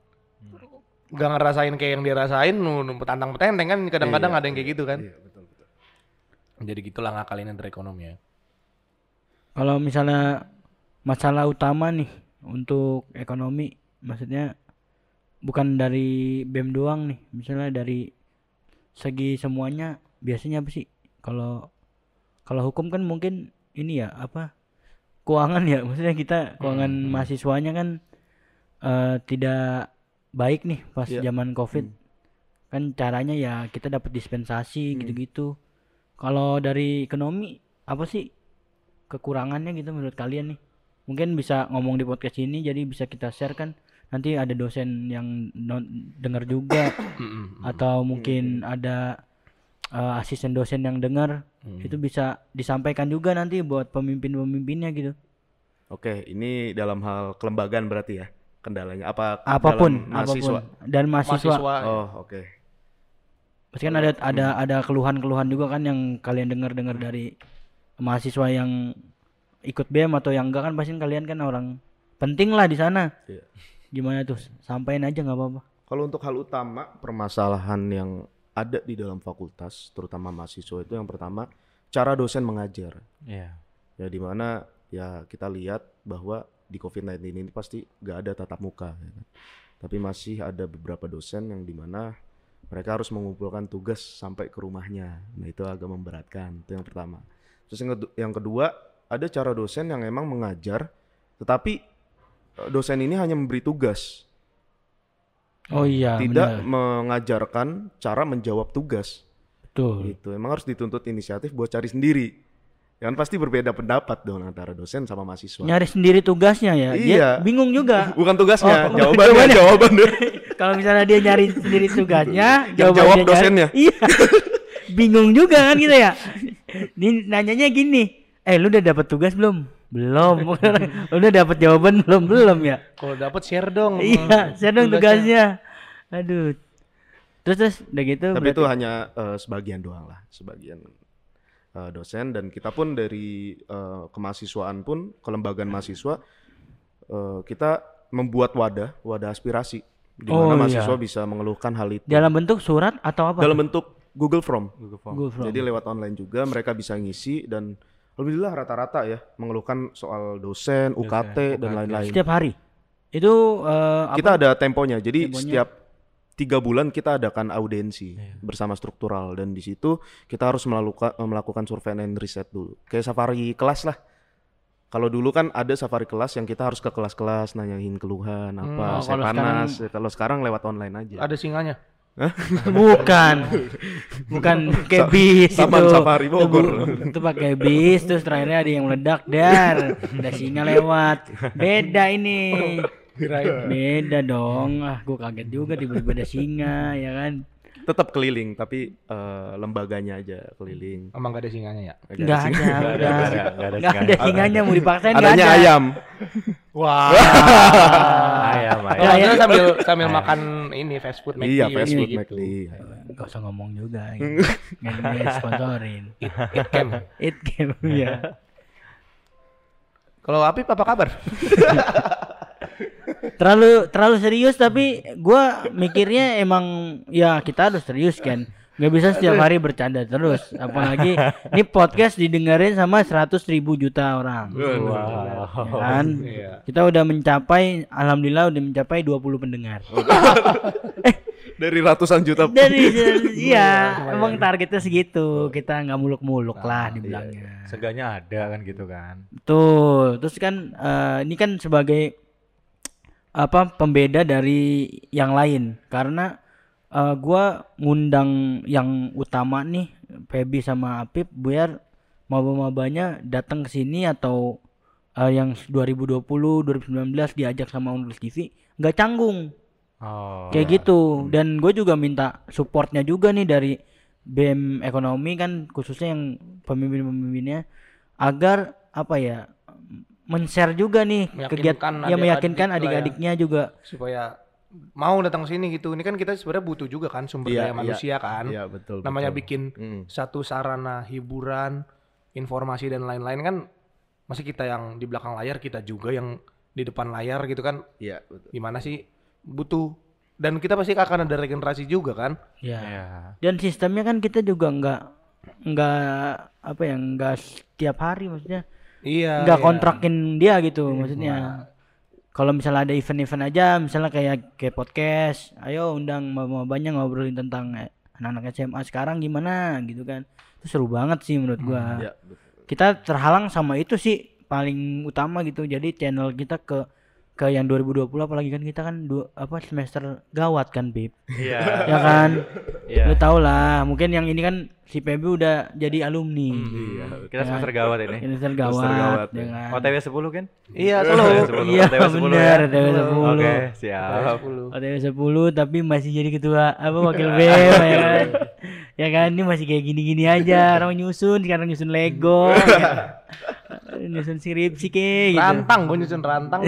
nggak ngerasain kayak yang dia rasain, nu petantang petenteng kan kadang-kadang iya, ada yang kayak gitu kan. Iya, betul betul. Jadi gitulah ngakalin dari ekonomi ya. Kalau misalnya masalah utama nih untuk ekonomi, maksudnya bukan dari B E M doang nih, misalnya dari segi semuanya biasanya apa sih? Kalau kalau hukum kan mungkin ini ya apa keuangan ya, maksudnya kita keuangan hmm. mahasiswanya kan uh, tidak baik nih pas yeah. zaman COVID. Hmm. Kan caranya ya kita dapat dispensasi hmm. gitu-gitu. Kalau dari ekonomi apa sih kekurangannya gitu menurut kalian nih? Mungkin bisa ngomong di podcast ini jadi bisa kita share kan. Nanti ada dosen yang non- dengar juga atau mungkin ada uh, asisten dosen yang dengar, hmm. itu bisa disampaikan juga nanti buat pemimpin-pemimpinnya gitu. Oke, ini dalam hal kelembagaan berarti ya kendalanya apa? Apapun, dalam mahasiswa apapun. Dan mahasiswa. mahasiswa. Oh, oke. Okay. Pasti kan ada ada hmm. ada keluhan-keluhan juga kan yang kalian dengar-dengar dari mahasiswa yang ikut B E M atau yang enggak kan pasti kalian kan orang penting lah di sana. Yeah. Gimana tuh? Sampaikan aja nggak apa-apa. Kalau untuk hal utama permasalahan yang ada di dalam fakultas, terutama mahasiswa itu yang pertama cara dosen mengajar. Iya. Yeah. Ya di mana ya kita lihat bahwa di covid sembilan belas ini pasti nggak ada tatap muka, ya kan? Tapi masih ada beberapa dosen yang di mana mereka harus mengumpulkan tugas sampai ke rumahnya. Nah itu agak memberatkan. Itu yang pertama. Terus yang, kedua, yang kedua ada cara dosen yang emang mengajar, tetapi dosen ini hanya memberi tugas. Oh iya. Tidak bener. Mengajarkan cara menjawab tugas. Betul. Gitu. Emang harus dituntut inisiatif buat cari sendiri. Ya kan pasti berbeda pendapat dong antara dosen sama mahasiswa. Nyari sendiri tugasnya ya. Iya. Dia bingung juga. Bukan tugasnya, oh, jawabannya, jawaban. Kalau misalnya dia nyari sendiri tugasnya, jawab dosennya. Nyari, iya. Bingung juga kan gitu ya. Ini nanyanya gini, eh lu udah dapat tugas belum? Belum. Udah dapat jawaban belum? Belum ya. Kalau dapat share dong. Iya, share dong tugasnya. Aduh. Terus terus udah gitu. Tapi berarti... itu hanya uh, sebagian doang lah, sebagian uh, dosen dan kita pun dari uh, kemahasiswaan pun kelembagaan mahasiswa uh, kita membuat wadah, wadah aspirasi di mana oh, mahasiswa iya. bisa mengeluhkan hal itu. Dalam bentuk surat atau apa? Dalam bentuk Google Form. Google Form. Google Form. Jadi lewat online juga mereka bisa ngisi dan alhamdulillah rata-rata ya mengeluhkan soal dosen, U K T dosen, dan lain-lain. Setiap hari? Itu uh, kita apa? ada temponya. Jadi temponya? Setiap tiga bulan kita adakan audiensi yeah. bersama struktural dan di situ kita harus melakukan melakukan survei and riset dulu. Kayak safari kelas lah. Kalau dulu kan ada safari kelas yang kita harus ke kelas-kelas nanyain keluhan apa, hmm, saya panas. Sekarang, kalau sekarang lewat online aja. Ada singanya? Bukan, bukan kayak bis itu. Taman Safari Bogor. Itu, itu pakai bis, terus terakhirnya ada yang meledak dar, ada singa lewat. Beda ini. Beda dong. Ah, gue kaget juga tiba-tiba ada singa, ya kan? Tetap keliling, tapi uh, lembaganya aja keliling. Emang gak ada singanya ya? Gak ada, gak ada, gak ada singanya. Mau dipaksain gak ada. Adanya ayam. Wah. ayam, ayam. Oh, ayam sambil sambil ayam. Makan ini fast food McD. Iya, fast food gitu. McD. Gak usah ngomong juga. Nggak sponsorin. It cam. It cam, ya. Kalau Apip apa kabar? terlalu terlalu serius tapi gue mikirnya emang ya kita harus serius kan, nggak bisa setiap hari bercanda terus, apalagi ini podcast didengarin sama seratus ribu juta orang. Wow. Kan kita udah mencapai, alhamdulillah udah mencapai dua puluh pendengar. eh Dari ratusan juta. Dari iya, emang targetnya segitu. Kita nggak muluk-muluk lah dibilangnya. Seenggaknya ada kan gitu kan. Betul. Terus kan uh, ini kan sebagai apa pembeda dari yang lain karena uh, gua ngundang yang utama nih Feby sama Apip biar maba-mabanya datang ke sini atau uh, yang dua ribu dua puluh dua ribu sembilan belas diajak sama Unrus T V nggak canggung. Oh, kayak gitu. Dan gue juga minta supportnya juga nih dari B M Ekonomi kan khususnya yang pemimpin-pemimpinnya agar apa ya men-share juga nih kegiatan yang meyakinkan adik-adiknya ya, juga supaya mau datang ke sini gitu. Ini kan kita sebenarnya butuh juga kan sumber iya, daya manusia iya, kan. Iya, betul. Namanya betul. Bikin hmm. satu sarana hiburan, informasi dan lain-lain kan masih kita yang di belakang layar, kita juga yang di depan layar gitu kan. Iya, betul. Gimana sih butuh dan kita pasti akan ada regenerasi juga kan. Iya. Ya. Dan sistemnya kan kita juga nggak nggak apa ya nggak setiap hari maksudnya. Iya. Nggak iya. kontrakin dia gitu iya, maksudnya. Kalau misalnya ada event-event aja, misalnya kayak kayak podcast, ayo undang maba-mabanya ngobrolin tentang anak-anak S M A sekarang gimana gitu kan. Itu seru banget sih menurut gua. Hmm, ya, kita terhalang sama itu sih paling utama gitu. Jadi channel kita ke ke yang dua ribu dua puluh apalagi kan kita kan dua, apa semester gawat kan Bib. Iya. Ya kan? Iya. Lu tau lah, mungkin yang ini kan si Feby udah jadi alumni. Hmm, iya. Kita ya, semester gawat ini. Semester gawat. Semester gawat ya kan? O T W sepuluh kan? Iya, sepuluh. Iya, benar, O T W sepuluh. Oke, siap. O T W sepuluh tapi masih jadi ketua apa wakil B M ya kan. Ya kan ini masih kayak gini-gini aja, orang nyusun, sekarang nyusun Lego. Ya. Nyusun skripsi kayak gitu. Rantang, gue nyusun rantang.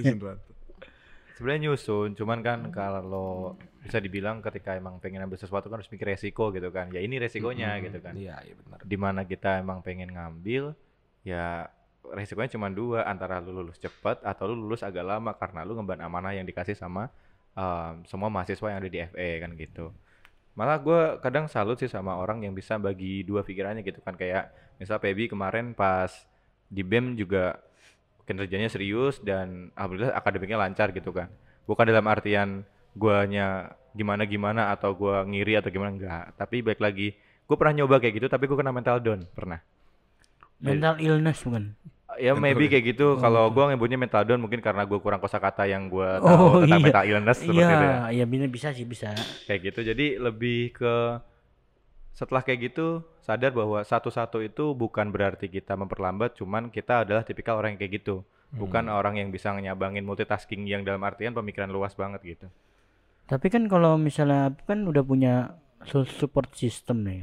Sebenarnya nyusun, cuman kan kalau bisa dibilang ketika emang pengen ambil sesuatu kan harus mikir resiko gitu kan. Ya ini resikonya hmm, gitu kan. Iya, iya benar. Dimana kita emang pengen ngambil, ya resikonya cuma dua, antara lu lulus cepat atau lu lulus agak lama karena lu ngemban amanah yang dikasih sama um, semua mahasiswa yang ada di F E kan gitu. Malah gue kadang salut sih sama orang yang bisa bagi dua pikirannya gitu kan. Kayak misal Feby kemarin pas di B E M juga kinerjanya serius dan alhamdulillah akademiknya lancar gitu kan. Bukan dalam artian guanya gimana-gimana atau gua ngiri atau gimana, enggak. Tapi baik lagi, gue pernah nyoba kayak gitu tapi gue kena mental down, pernah. Mental Jadi, illness bukan? Ya maybe kayak gitu. Oh, kalau gue nyebutnya mental down mungkin karena gue kurang kosakata yang gue tahu oh, tentang iya. mental illness seperti iya, itu ya. Iya, bisa bisa sih bisa. Kayak gitu. Jadi lebih ke setelah kayak gitu sadar bahwa satu-satu itu bukan berarti kita memperlambat, cuman kita adalah tipikal orang yang kayak gitu. Bukan hmm. orang yang bisa nyabangin multitasking yang dalam artian pemikiran luas banget gitu. Tapi kan kalau misalnya kan udah punya support system nih.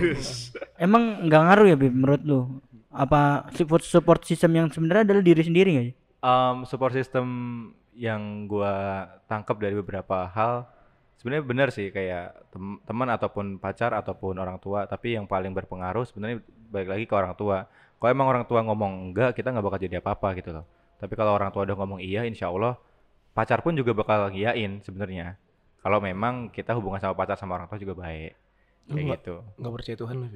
Emang nggak ngaruh ya Bib menurut lu? Apa support support system yang sebenarnya adalah diri sendiri nggak sih? Um, support system yang gua tangkap dari beberapa hal sebenarnya benar sih, kayak tem- teman ataupun pacar ataupun orang tua, tapi yang paling berpengaruh sebenarnya balik lagi ke orang tua. Kalau emang orang tua ngomong enggak, kita nggak bakal jadi apa-apa gitu loh. Tapi kalau orang tua udah ngomong iya, insya Allah pacar pun juga bakal ngiyain sebenarnya. Kalau memang kita hubungan sama pacar sama orang tua juga baik, kayak nggak, gitu. Nggak percaya Tuhan loh.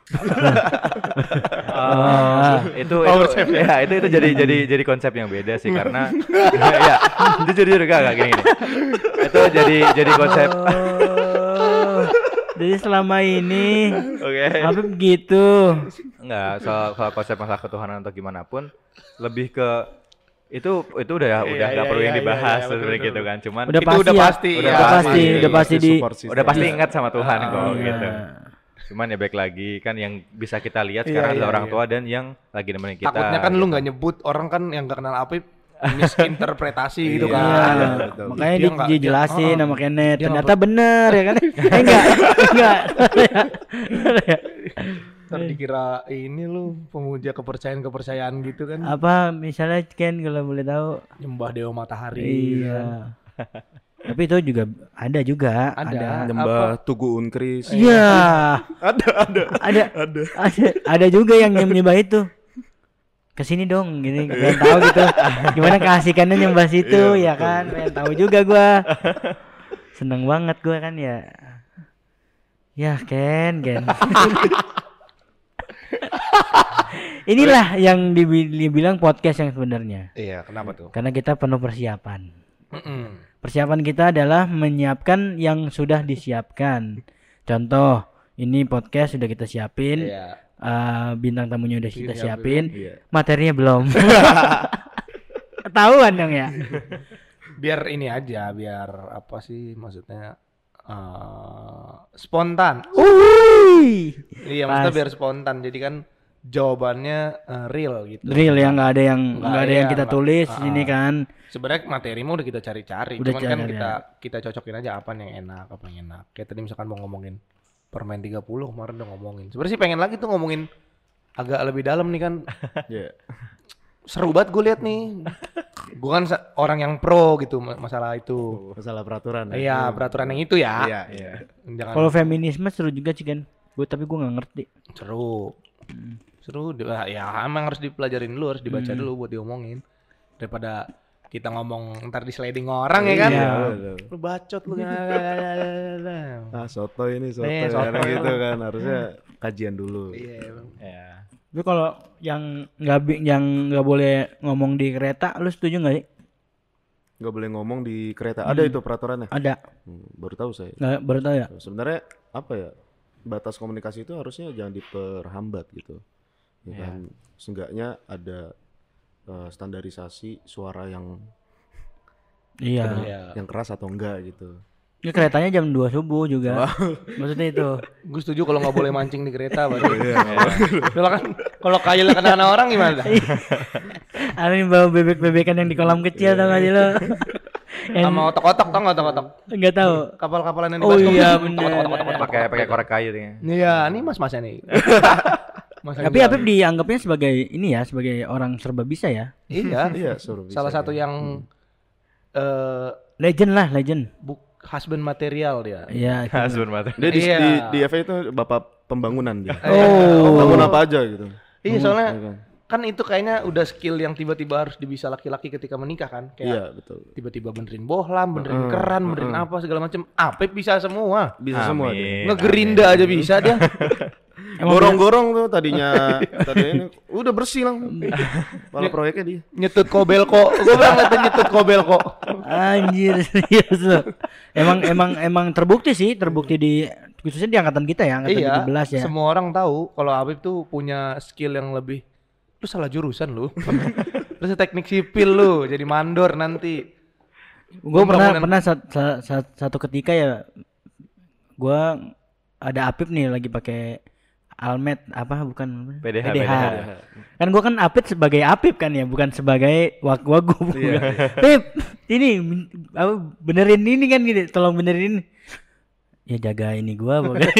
uh, itu itu ya itu itu jadi jadi jadi konsep yang beda sih karena ya itu jadi juga gak kayak gini. Itu jadi jadi konsep. Oh, jadi selama ini oke. Okay. Apa begitu? Enggak, soal, soal konsep masalah ketuhanan atau gimana pun lebih ke itu itu udah ya udah nggak iya, perlu iya, yang dibahas iya, iya, sebenarnya gitu kan. Cuman udah itu pasti udah ya, pasti udah, ya, pasti udah pasti di udah pasti ingat sama Tuhan uh, kok iya. gitu. Cuman ya baik lagi kan yang bisa kita lihat sekarang iya, adalah iya, orang tua iya. dan yang lagi nemenin kita. Takutnya kan gitu. Lu nggak nyebut orang kan yang nggak kenal Apip misinterpretasi gitu kan. Iya, makanya dia dijelasin sama Kenneth. Ternyata bener ya kan? Eh enggak, enggak. Ntar dikira ini lu pemuja kepercayaan-kepercayaan gitu kan. Apa misalnya Ken kalau boleh tahu? Nyembah Dewa Matahari. Iya. Tapi itu juga ada juga. Ada. ada. Nyembah Tugu Unkris. Iya. ada, ada. Ada. Ada. Ada. Ada juga yang nyembah itu. Kesini dong, gini, pengen tahu gitu. Gimana keasikannya nyembah situ, ya kan? Pengen tahu juga gua. Seneng banget gua kan ya. Ya Ken, Ken. Inilah yang dibilang podcast yang sebenarnya. Iya, kenapa tuh? Karena kita penuh persiapan. Mm-mm. Persiapan kita adalah menyiapkan yang sudah disiapkan. Contoh, ini podcast sudah kita siapin. Iya. Uh, bintang tamunya udah kita Iya, siapin. Iya. Materinya belum. Ketahuan dong ya. Biar ini aja, biar apa sih maksudnya uh, spontan. Uhuy. Iya, maksudnya biar spontan. Jadi kan jawabannya uh, real gitu. Real ya, nggak ada yang Nggak nggak ada ada, yang kita nggak- tulis Ah, ini kan. Sebenarnya materi mah udah kita cari-cari, Udah cuman kan cari, kita ya. kita cocokin aja apa yang enak, apa yang enak. Kayak tadi misalkan mau ngomongin permen tiga puluh kemarin udah ngomongin. Sebenarnya sih pengen lagi tuh ngomongin agak lebih dalam nih kan. Iya. Seru banget gue lihat nih. Gue kan sa- orang yang pro gitu ma- masalah itu. Masalah peraturan. Iya, peraturan yang itu ya. Iya, iya. Jangan Kalau feminisme seru juga sih kan. Gue tapi gue nggak ngerti. seru. Seru di- ya emang harus dipelajarin dulu, harus dibaca Hmm. dulu buat diomongin. Daripada kita ngomong ntar di sliding orang ya kan. Iya. Lu bacot lu. Ah, soto ini soto, Eh, ya, soto. gitu kan harusnya kajian dulu. Iya. Ya. Tapi kalau yang nggak bi- yang nggak boleh ngomong di kereta, lu setuju nggak sih? Nggak boleh ngomong di kereta. Ada itu peraturannya? Ada. Hmm, baru tahu saya. Nggak baru tahu ya? Sebenarnya apa ya? Batas komunikasi itu harusnya jangan diperhambat gitu. Ya kan? Seenggaknya ada eh, standarisasi suara yang Iya. Iya. yang keras atau enggak gitu. Ini keretanya jam dua subuh juga. Maksudnya itu. Gue setuju kalau nggak boleh mancing di kereta baru. Kalau kan kalau kayak anak-anak orang gimana? Ada yang bawa bebek-bebekan yang di kolam kecil tau gak sih lo? Yang Sama otak-otak tau nggak otak-otak? nggak tahu. Kapal-kapalan yang di Oh baskom. iya, Otak, bener. otak, otak, otak, otak. Pakai pakai korek kayu tuh. Iya, ini mas-masnya nih. Mas Tapi Anjal. Apip dianggapnya sebagai ini ya, sebagai orang serba bisa ya. Iya. Iya, suruh bisa. Salah satu yang eh Legend lah, legend. buk husband material dia. Iya. itu. Hasbun mata. Dia di, Iya. di, di F A itu bapak pembangunan dia. Oh. Bangun apa aja gitu. Iya, soalnya Iya kan? kan itu kayaknya udah skill yang tiba-tiba harus dibisa laki-laki ketika menikah kan. Kayak Iya, betul. tiba-tiba benerin bohlam, benerin Heeh, keran, benerin heeh. apa segala macem. Apip bisa semua. Bisa semua dia. Amin. Ngegerinda aja bisa dia. Gorong-gorong tuh tadinya tadinya ini udah bersih langsung. Malah proyeknya dia. Nyetut kobel kok. Gue bilang ngeliatin nyetut kobel kok. Anjir, serius lo. Emang emang emang terbukti sih, terbukti di khususnya di angkatan kita ya, angkatan Iya, tujuh belas ya. semua orang tahu kalau Apip tuh punya skill yang lebih. Lu salah jurusan lu. Lu teknik sipil lu, jadi mandor nanti. Gue pernah Pembangunan- pernah sat- sat- sat- satu ketika ya, gue ada Apip nih lagi pakai Almet apa bukan P D H, P D H. P D H. Kan gue kan Apip sebagai Apip kan ya, bukan sebagai wag wagub. Pip, ini min- apa, benerin ini kan gini, tolong benerin ini. Ya jaga ini gua pokoknya.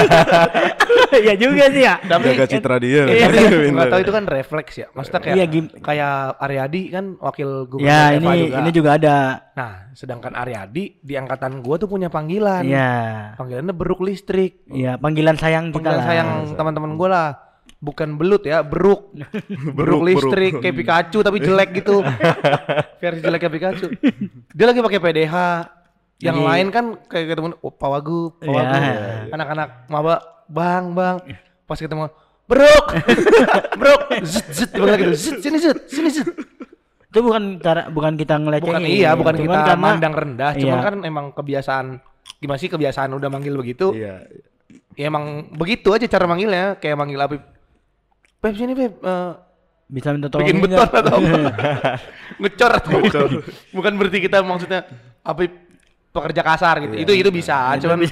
Ya juga sih ya. Tapi Jaga citra dia. Iya, Bener. nggak tahu itu kan refleks ya. Maksudnya kayak Iya, gim- kayak Aryadi kan wakil gubernur Ya Eva ini juga. ini juga ada. Nah, sedangkan Aryadi di angkatan gua tuh punya panggilan. Iya. Panggilannya beruk listrik. Iya, panggilan sayang kita Panggilan lah. sayang teman-teman gua lah. Bukan belut ya, beruk. beruk listrik kayak Pikachu tapi jelek gitu. Versi jeleknya Pikachu. Dia lagi pakai P D H. Yang Lagi- lain kan kayak ketemu oh, Pak Wagub, Pak Iya. Wagub. Anak-anak maba, Bang, Bang. Pas ketemu beruk. beruk. Zit zit dipanggil gitu. Zit sini zit, sini zit. Itu bukan cara bukan kita ngelecehnya. Bukan iya, bukan Cuman kita karena- mandang rendah, cuman Iya. kan emang kebiasaan gimana sih kebiasaan udah manggil begitu. Iya. Ya emang begitu aja cara manggilnya, kayak manggil Apip. Pep sini Pep, eh, bisa minta tolong bikin beton atau apa? Ngecor atau bukan? Bukan berarti kita maksudnya Apip pekerja kasar gitu. Itu itu bisa, cuman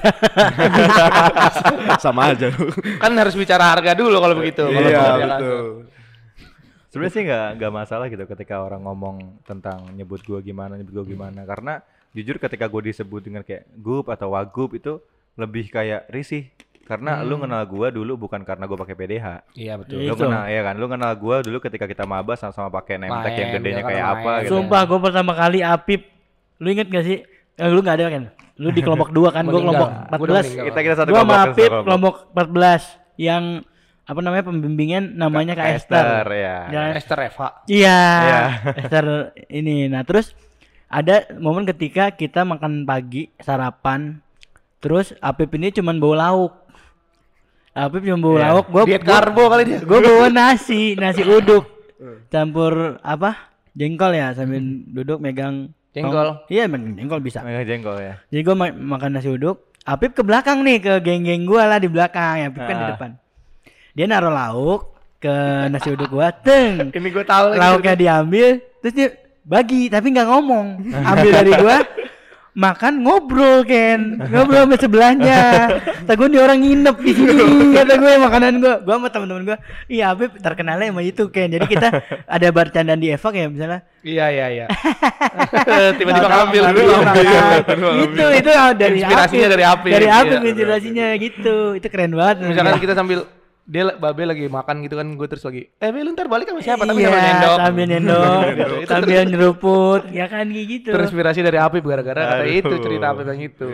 Sama aja lu. kan harus bicara harga dulu kalau begitu. Kalau Iya, pekerja kasar. betul. Sebenarnya sih nggak nggak masalah gitu ketika orang ngomong tentang nyebut gua gimana nyebut gua gimana karena jujur ketika gua disebut dengan kayak gup atau wagub itu lebih kayak risih karena lu kenal gua dulu bukan karena gua pakai P D H. Iya betul. Lu Itu. kenal ya kan lu kenal gua dulu ketika kita maba sama-sama pakai nemtek yang Main, gedenya ya kan, kayak main. apa gitu. Sumpah gue pertama kali Apip. Lu inget gak sih? Eh, lu gak ada kan? Lu di kelompok dua kan, gue kelompok Meninggal. empat Gua udah belas. meninggal. Kita kita satu Gua sama kelompok, Apip satu kelompok empat belas yang apa namanya pembimbingan namanya Kak Esther. ya. Ya, Esther Eva. Iya. Iya. Esther ini. Nah, terus ada momen ketika kita makan pagi, sarapan. Terus Apip ini cuman bawa lauk. Apip cuma bawa Iya. lauk, gua Diet karbo kali dia. Gue bawa nasi, nasi uduk. Campur apa? Jengkol ya sambil duduk megang Jengkol. Iya, makan jengkol bisa. Makan jengkol ya. Jadi gue ma- makan nasi uduk, Apip ke belakang nih, ke geng-geng gue lah di belakang, Apip kan di Ah. depan. Dia naruh lauk ke nasi uduk gue, teng. Ini gue tahu lagi. Lauknya diambil, terus dia bagi tapi nggak ngomong. Ambil dari gue, makan ngobrol Ken, ngobrol sama sebelahnya. Kata gue nih orang nginep di sini, kata gue makanan gue. Gue sama teman-teman gue, iya Apip terkenalnya sama itu Ken. Jadi kita ada bercandaan di Evak ya misalnya. Iya iya iya. Tiba-tiba ngambil Ngambil, dulu. ngambil. Itu itu dari Inspirasinya Apip. dari Apip. Dari Apip Iya. inspirasinya gitu. Itu keren banget. Misalkan kita sambil dia babe lagi makan gitu kan, gue terus lagi eh Be, lu ntar balik sama siapa tapi iya, sambil nyendok sambil nyendok, sambil nyeruput, ya kan kayak gitu. terinspirasi dari Apip gara-gara kata Aduh. itu cerita Apip yang itu.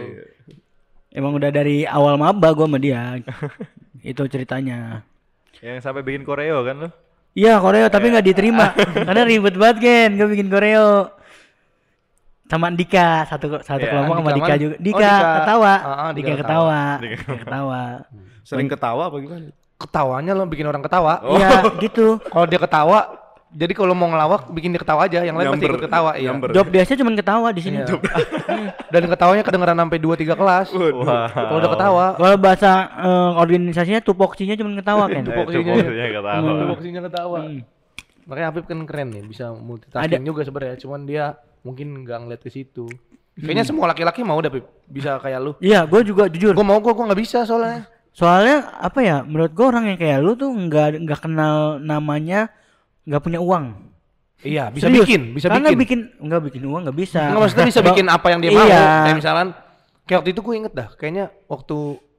Emang udah dari awal maba gua sama dia. Itu ceritanya. Yang sampai bikin koreo kan lu? Iya koreo tapi nggak diterima karena ribet banget kan gue bikin koreo. Sama Dika satu satu Iya, kelompok sama Dika Dika mana? juga. Oh, Dika, Dika. ketawa. Ah, ah, Dika, Dika ketawa. Dika. Dika ketawa. Sering ketawa apa gimana? Ketawanya lo bikin orang ketawa. Iya gitu. Kalau dia ketawa, jadi kalau mau ngelawak bikin dia ketawa aja, yang lain pasti ikut ketawa. Iya. Nyamber. Job biasanya cuma ketawa di sini. Iya. Dan ketawanya kedengeran sampai dua tiga kelas. Wah. Kalau udah ketawa, Kalau bahasa eh, organisasinya tupoksinya cuma ketawa kan. Tupoksinya. Tupoksinya ketawa. Hmm. tupoksinya ketawa. Hmm. Makanya Apip kan keren nih, bisa multitasking juga sebenarnya. Cuman dia mungkin nggak ngeliat ke situ. Kayaknya semua laki-laki mau dah Pip, bisa kayak lu. Iya, gue juga jujur. Gue mau, gue gue nggak bisa soalnya. Soalnya apa ya? Menurut gue orang yang kayak lu tuh nggak nggak kenal namanya, nggak punya uang. Iya, bisa Serius. bikin, bisa Karena bikin. bikin nggak bikin uang nggak bisa. Nggak, maksudnya bisa Ba- bikin apa yang dia mau. Iya. Kayak misalkan, kayak waktu itu gue inget dah, kayaknya waktu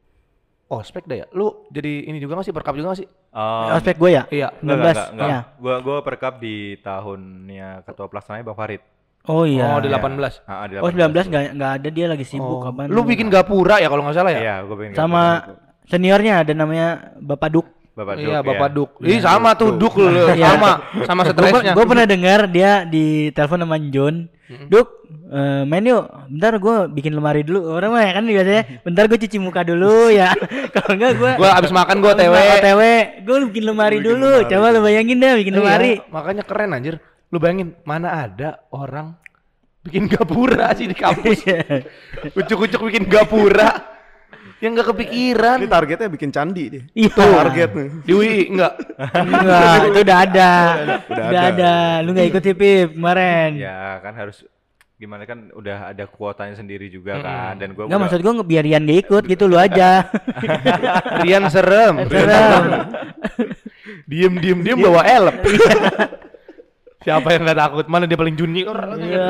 ospek dah ya. Lu jadi ini juga nggak sih, perkap juga nggak sih? Um, Aspek gue ya. Iya. sembilan belas. enggak, enggak, Iya. Gua gua perkap di tahunnya ketua pelaksananya Bang Farid. Oh iya. Oh, di delapan belas. Ah, di Oh sembilan belas nggak nggak ada, dia lagi sibuk Oh. kapan? Lu bikin gapura ya kalau nggak salah ya? Iya, gua pengen Sama seniornya ada namanya Bapak Duk. Bapak Duk. Iya, ya. Bapak Duk. Ih, sama tuh Duk lu, Iya. sama sama stresnya. Gue pernah dengar dia di telepon sama John. Duk, eh, main yuk. Bentar gue bikin lemari dulu. Orang mah ya kan biasanya. Bentar gue cuci muka dulu ya. Kalau enggak gue. Gua abis makan gua O T W. O T W. Gue bikin lemari dulu. Coba lu bayangin deh bikin lemari. Iya, makanya keren anjir. Lu bayangin, mana ada orang bikin gapura sih di kampus. Ucuk-ucuk bikin gapura. Yang enggak kepikiran. Ini targetnya bikin candi dia. Iya. Target nih. Di U I enggak. Enggak, itu udah ada. Udah Udah ada. ada. Lu enggak ikut sih Pip kemarin. Ya kan harus gimana kan udah ada kuotanya sendiri juga kan, dan gua Enggak, udah- maksud gue biar Rian gak ikut gitu lu aja. Rian serem. Serem. Diem diem diem bawa elep. Siapa yang nggak takut? Mana dia paling junior? Iya.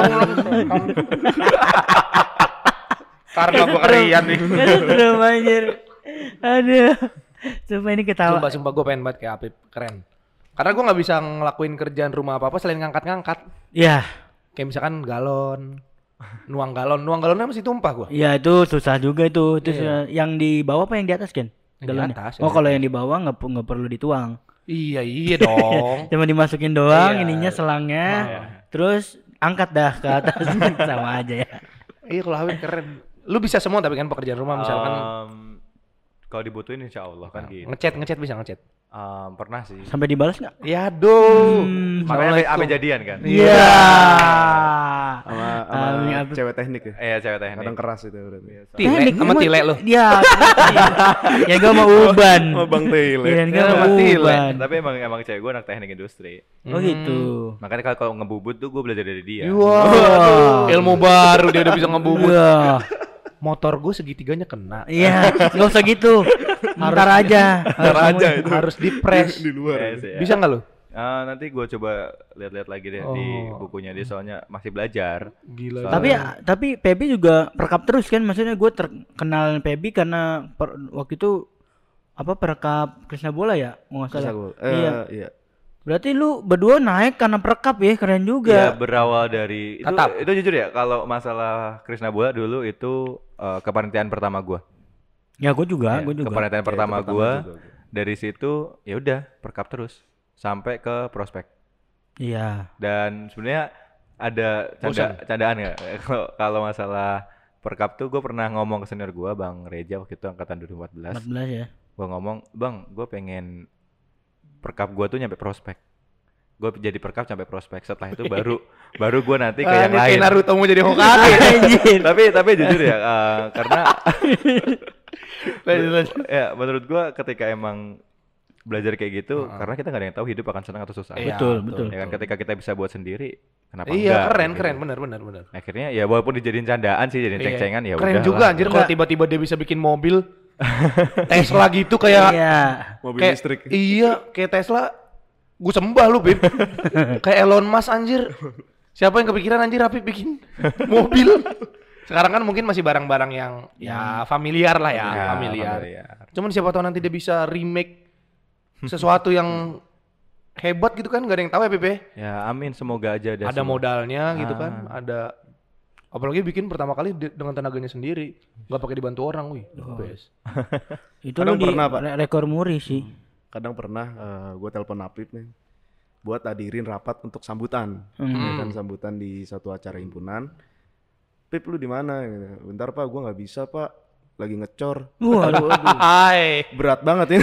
Karena gua kerian nih. Serem anjir. Aduh. Sumpah ini ketawa. Sumpah sumpah gua pengen banget kayak Apip, keren. Karena gua nggak bisa ngelakuin kerjaan rumah apa apa selain ngangkat-ngangkat. Iya. Kayak misalkan galon, nuang galon, nuang galonnya masih tumpah gua. Iya itu susah juga itu. Itu Iya. susah. Yang di bawah apa yang di atas Ken? Yang di Galonnya? atas, Oh yang di kalau yang di bawah nggak pu- nggak perlu dituang. Iya iya dong. Cuma dimasukin doang Iya. ininya selangnya. Iya. Terus angkat dah ke atas. Sama aja ya. Iya kalau Habib keren. Lu bisa semua tapi kan pekerjaan rumah misalkan Um, kalau dibutuhin insya Allah kan gitu. ngechat ngechat bisa ngechat. Um, pernah sih. Sampai dibalas nggak? Ya aduh. Hmm. Makanya sampai jadian kan. Iya. Sama sama Amin, Abib. cewek teknik ya. Eh cewek teknik. Kadang keras itu berarti. Tile Teknik sama emang- tile lu. Iya. Ya gue mau uban. Oh, Bang Tile. Iya, gue Ya, mau sama Tile. uban. Tapi emang emang cewek gue anak teknik industri. Oh gitu. Makanya kalau kalau ngebubut tuh gue belajar dari dia. Wah, ilmu baru dia udah bisa ngebubut. Iya. Motor gue segitiganya kena. Iya, nggak usah gitu. Ntar aja. Ntar aja itu. Harus dipres. Di luar. Yes, ya. Bisa nggak lu? Ah, nanti gue coba lihat-lihat lagi deh di Oh. bukunya dia soalnya masih belajar. Gila. Soalnya- Tapi tapi Pebi juga perkap terus kan, maksudnya gue terkenal Pebi karena per- waktu itu apa perekap Krisna Bola ya, mau nggak salah. Eh, Iya. iya. Berarti lu berdua naik karena perekap ya, keren Ya juga. berawal dari itu, Tetap. itu jujur ya kalau masalah Krisna Bola dulu itu uh, kepanitiaan pertama gue. Ya gue juga, Ya, gue juga. kepanitiaan Ya, pertama itu pertama gue. juga. Dari situ ya udah perkap terus sampai ke prospek. Iya. Dan sebenarnya ada canda, candaan nggak kalau kalau masalah perkap tuh gue pernah ngomong ke senior gue Bang Reja waktu itu angkatan dua ribu empat belas. empat belas ya. Gue ngomong, Bang, gue pengen perkap gue tuh nyampe prospek. gue jadi perkap sampai prospek, setelah itu baru baru gue nanti ke Ah, yang ini lain. kayak Naruto mau jadi Hokage. tapi tapi jujur ya uh, karena ya menurut gue ketika emang belajar kayak gitu uh-huh. karena kita nggak ada yang tahu hidup akan senang atau susah. Iya, betul betul. Ya kan ketika kita bisa buat sendiri, kenapa Iya, enggak? keren gitu. keren benar benar benar. Akhirnya ya walaupun dijadiin candaan sih, jadiin Iya. ceng-cengan ya Keren udah juga lah. anjir kalau tiba-tiba dia bisa bikin mobil Tesla gitu kayak Iya. Mobil kayak, listrik. Iya, kayak Tesla. Gue sembah lu, Bib. Kayak Elon Musk anjir. Siapa yang kepikiran anjir Apip bikin mobil? Sekarang kan mungkin masih barang-barang yang ya familiar lah ya, Ya, familiar. familiar. Cuman siapa tahu nanti dia bisa remake sesuatu yang hebat gitu kan, gak ada yang tahu ya Bib. Ya amin, semoga aja ada Ada semua. modalnya gitu Ah. kan, ada apalagi bikin pertama kali di- dengan tenaganya sendiri, nggak pakai dibantu orang, wih, the best. Itu Kadang lu di pernah, Pak. re- rekor muri sih. Kadang pernah uh, gue telepon Apip nih buat hadirin rapat untuk sambutan, Hmm. ya kan, sambutan di satu acara himpunan. Pip lu di mana? Gitu. Bentar Pak, gue nggak bisa Pak, lagi ngecor. Waduh, Hai. Berat banget ini.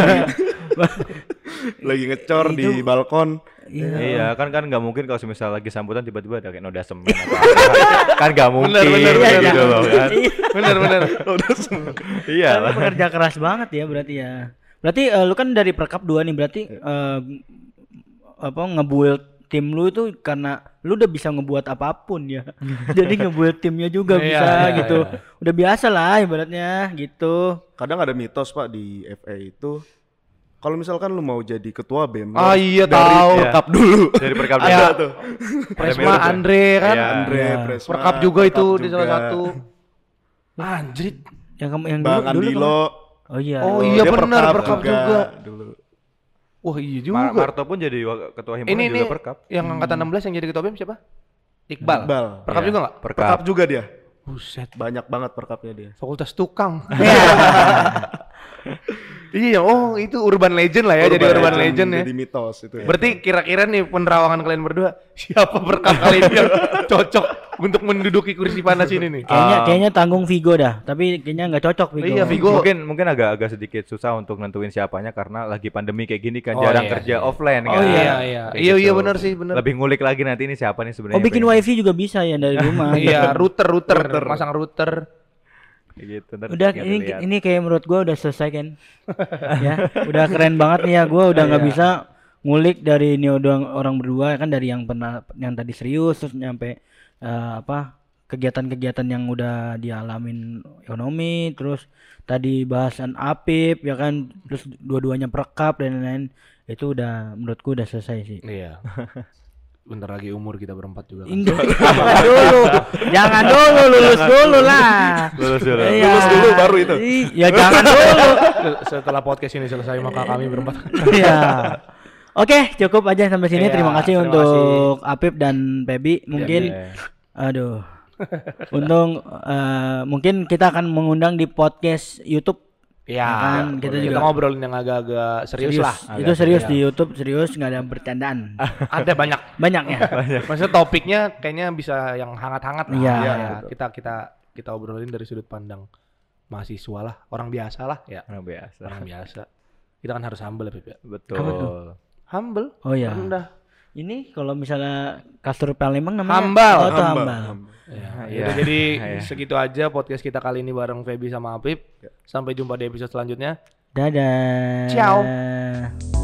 Lagi ngecor di balkon. Iya kan kan nggak mungkin kalau misal lagi sambutan tiba-tiba ada kayak noda semen atau apa. Kan nggak mungkin. Bener, bener, gitu bener. loh kan. Bener bener. Iya Tapi lah. pekerja keras banget ya berarti ya. Berarti eh, lu kan dari perkap dua nih, berarti eh, apa ngebuild tim lu itu karena lu udah bisa ngebuat apapun ya. Jadi ngebuild timnya juga Iya, bisa iya, gitu. iya. Udah biasa lah ibaratnya gitu. Kadang ada mitos Pak di F A itu, kalau misalkan lu mau jadi ketua B E M, lu Ah harus iya dari tahu. perkap dulu. Dari perkap Ada dulu. tuh. Presma Ada Andre kan. Iya. Andre, Iya. Presma, Perkap juga itu Perkap di salah juga. satu. Anjrit. Yang kamu yang Bang dulu dulu Andilo. kamu- Oh iya. Oh iya dia benar, perkap juga. dulu. Wah iya Mar juga. Marto pun jadi wak- ketua himpunan Ini juga nih perkap. yang angkatan enam belas yang jadi ketua B E M siapa? Iqbal. Iqbal. Perkap Iya, juga enggak? Perkap. Perkap juga dia. Buset. Banyak banget perkapnya dia. Fakultas tukang. Iya, oh itu urban legend lah ya, jadi urban legend ya. Jadi mitos itu. ya. Berarti kira-kira nih penerawangan kalian berdua siapa perkap kalian yang cocok untuk menduduki kursi panas ini nih? Kayaknya Um, kayaknya tanggung Vigo dah, tapi kayaknya nggak cocok Vigo. Iya, Vigo. Mungkin mungkin agak-agak sedikit susah untuk nentuin siapanya karena lagi pandemi kayak gini kan Oh, jarang iya, kerja iya. offline Oh kan. iya iya. Kayak Iya gitu. iya benar sih, benar. Lebih ngulik lagi nanti ini siapa nih sebenarnya. Oh bikin pengen- wifi juga bisa ya dari rumah. Iya, router, router pasang router. Kayak gitu. Ntar Udah tinggal ini dilihat. ini kayak menurut gua udah selesai kan. Ya, udah keren banget nih ya. Gua udah nggak Iya. bisa ngulik dari ini udah orang berdua kan, dari yang pernah yang tadi serius terus nyampe eh, apa kegiatan-kegiatan yang udah dialamin ekonomi, terus tadi bahasan Apip ya kan, terus dua-duanya perkap dan lain-lain. Itu udah menurutku udah selesai sih. Iya. Bentar lagi umur kita berempat juga kan. Enggak, jangan dulu, jangan dulu lulus dulu lah. Lulus dulu. Iya. Lulus dulu baru itu. Ih, ya jangan dulu. Setelah podcast ini selesai maka kami berempat. Iya. Oke, cukup aja sampai sini. Iya, terima kasih terima untuk Apip dan Pebi. Mungkin, Iya. aduh, untung eh, mungkin kita akan mengundang di podcast YouTube. Ya, kan, kita kita, juga- ngobrolin yang agak-agak serius, lah. Itu Agak serius serius. di YouTube, serius nggak ada bercandaan. Ada banyak. Banyak ya. Maksudnya topiknya kayaknya bisa yang hangat-hangat lah. Iya. Ya, kita kita kita obrolin dari sudut pandang mahasiswa lah, orang biasa lah ya. Orang biasa. Orang biasa. Kita kan harus humble ya, Beb, ya. Betul. Apa tuh? Humble. Oh ya. Rendah. Ini kalau misalnya kasur Palembang namanya Hambal. Oh, itu Hamba, hambal. hamba. Ya, Iya. yaudah, jadi Iya. segitu aja podcast kita kali ini bareng Feby sama Apip. Sampai jumpa di episode selanjutnya. Dadah. Ciao.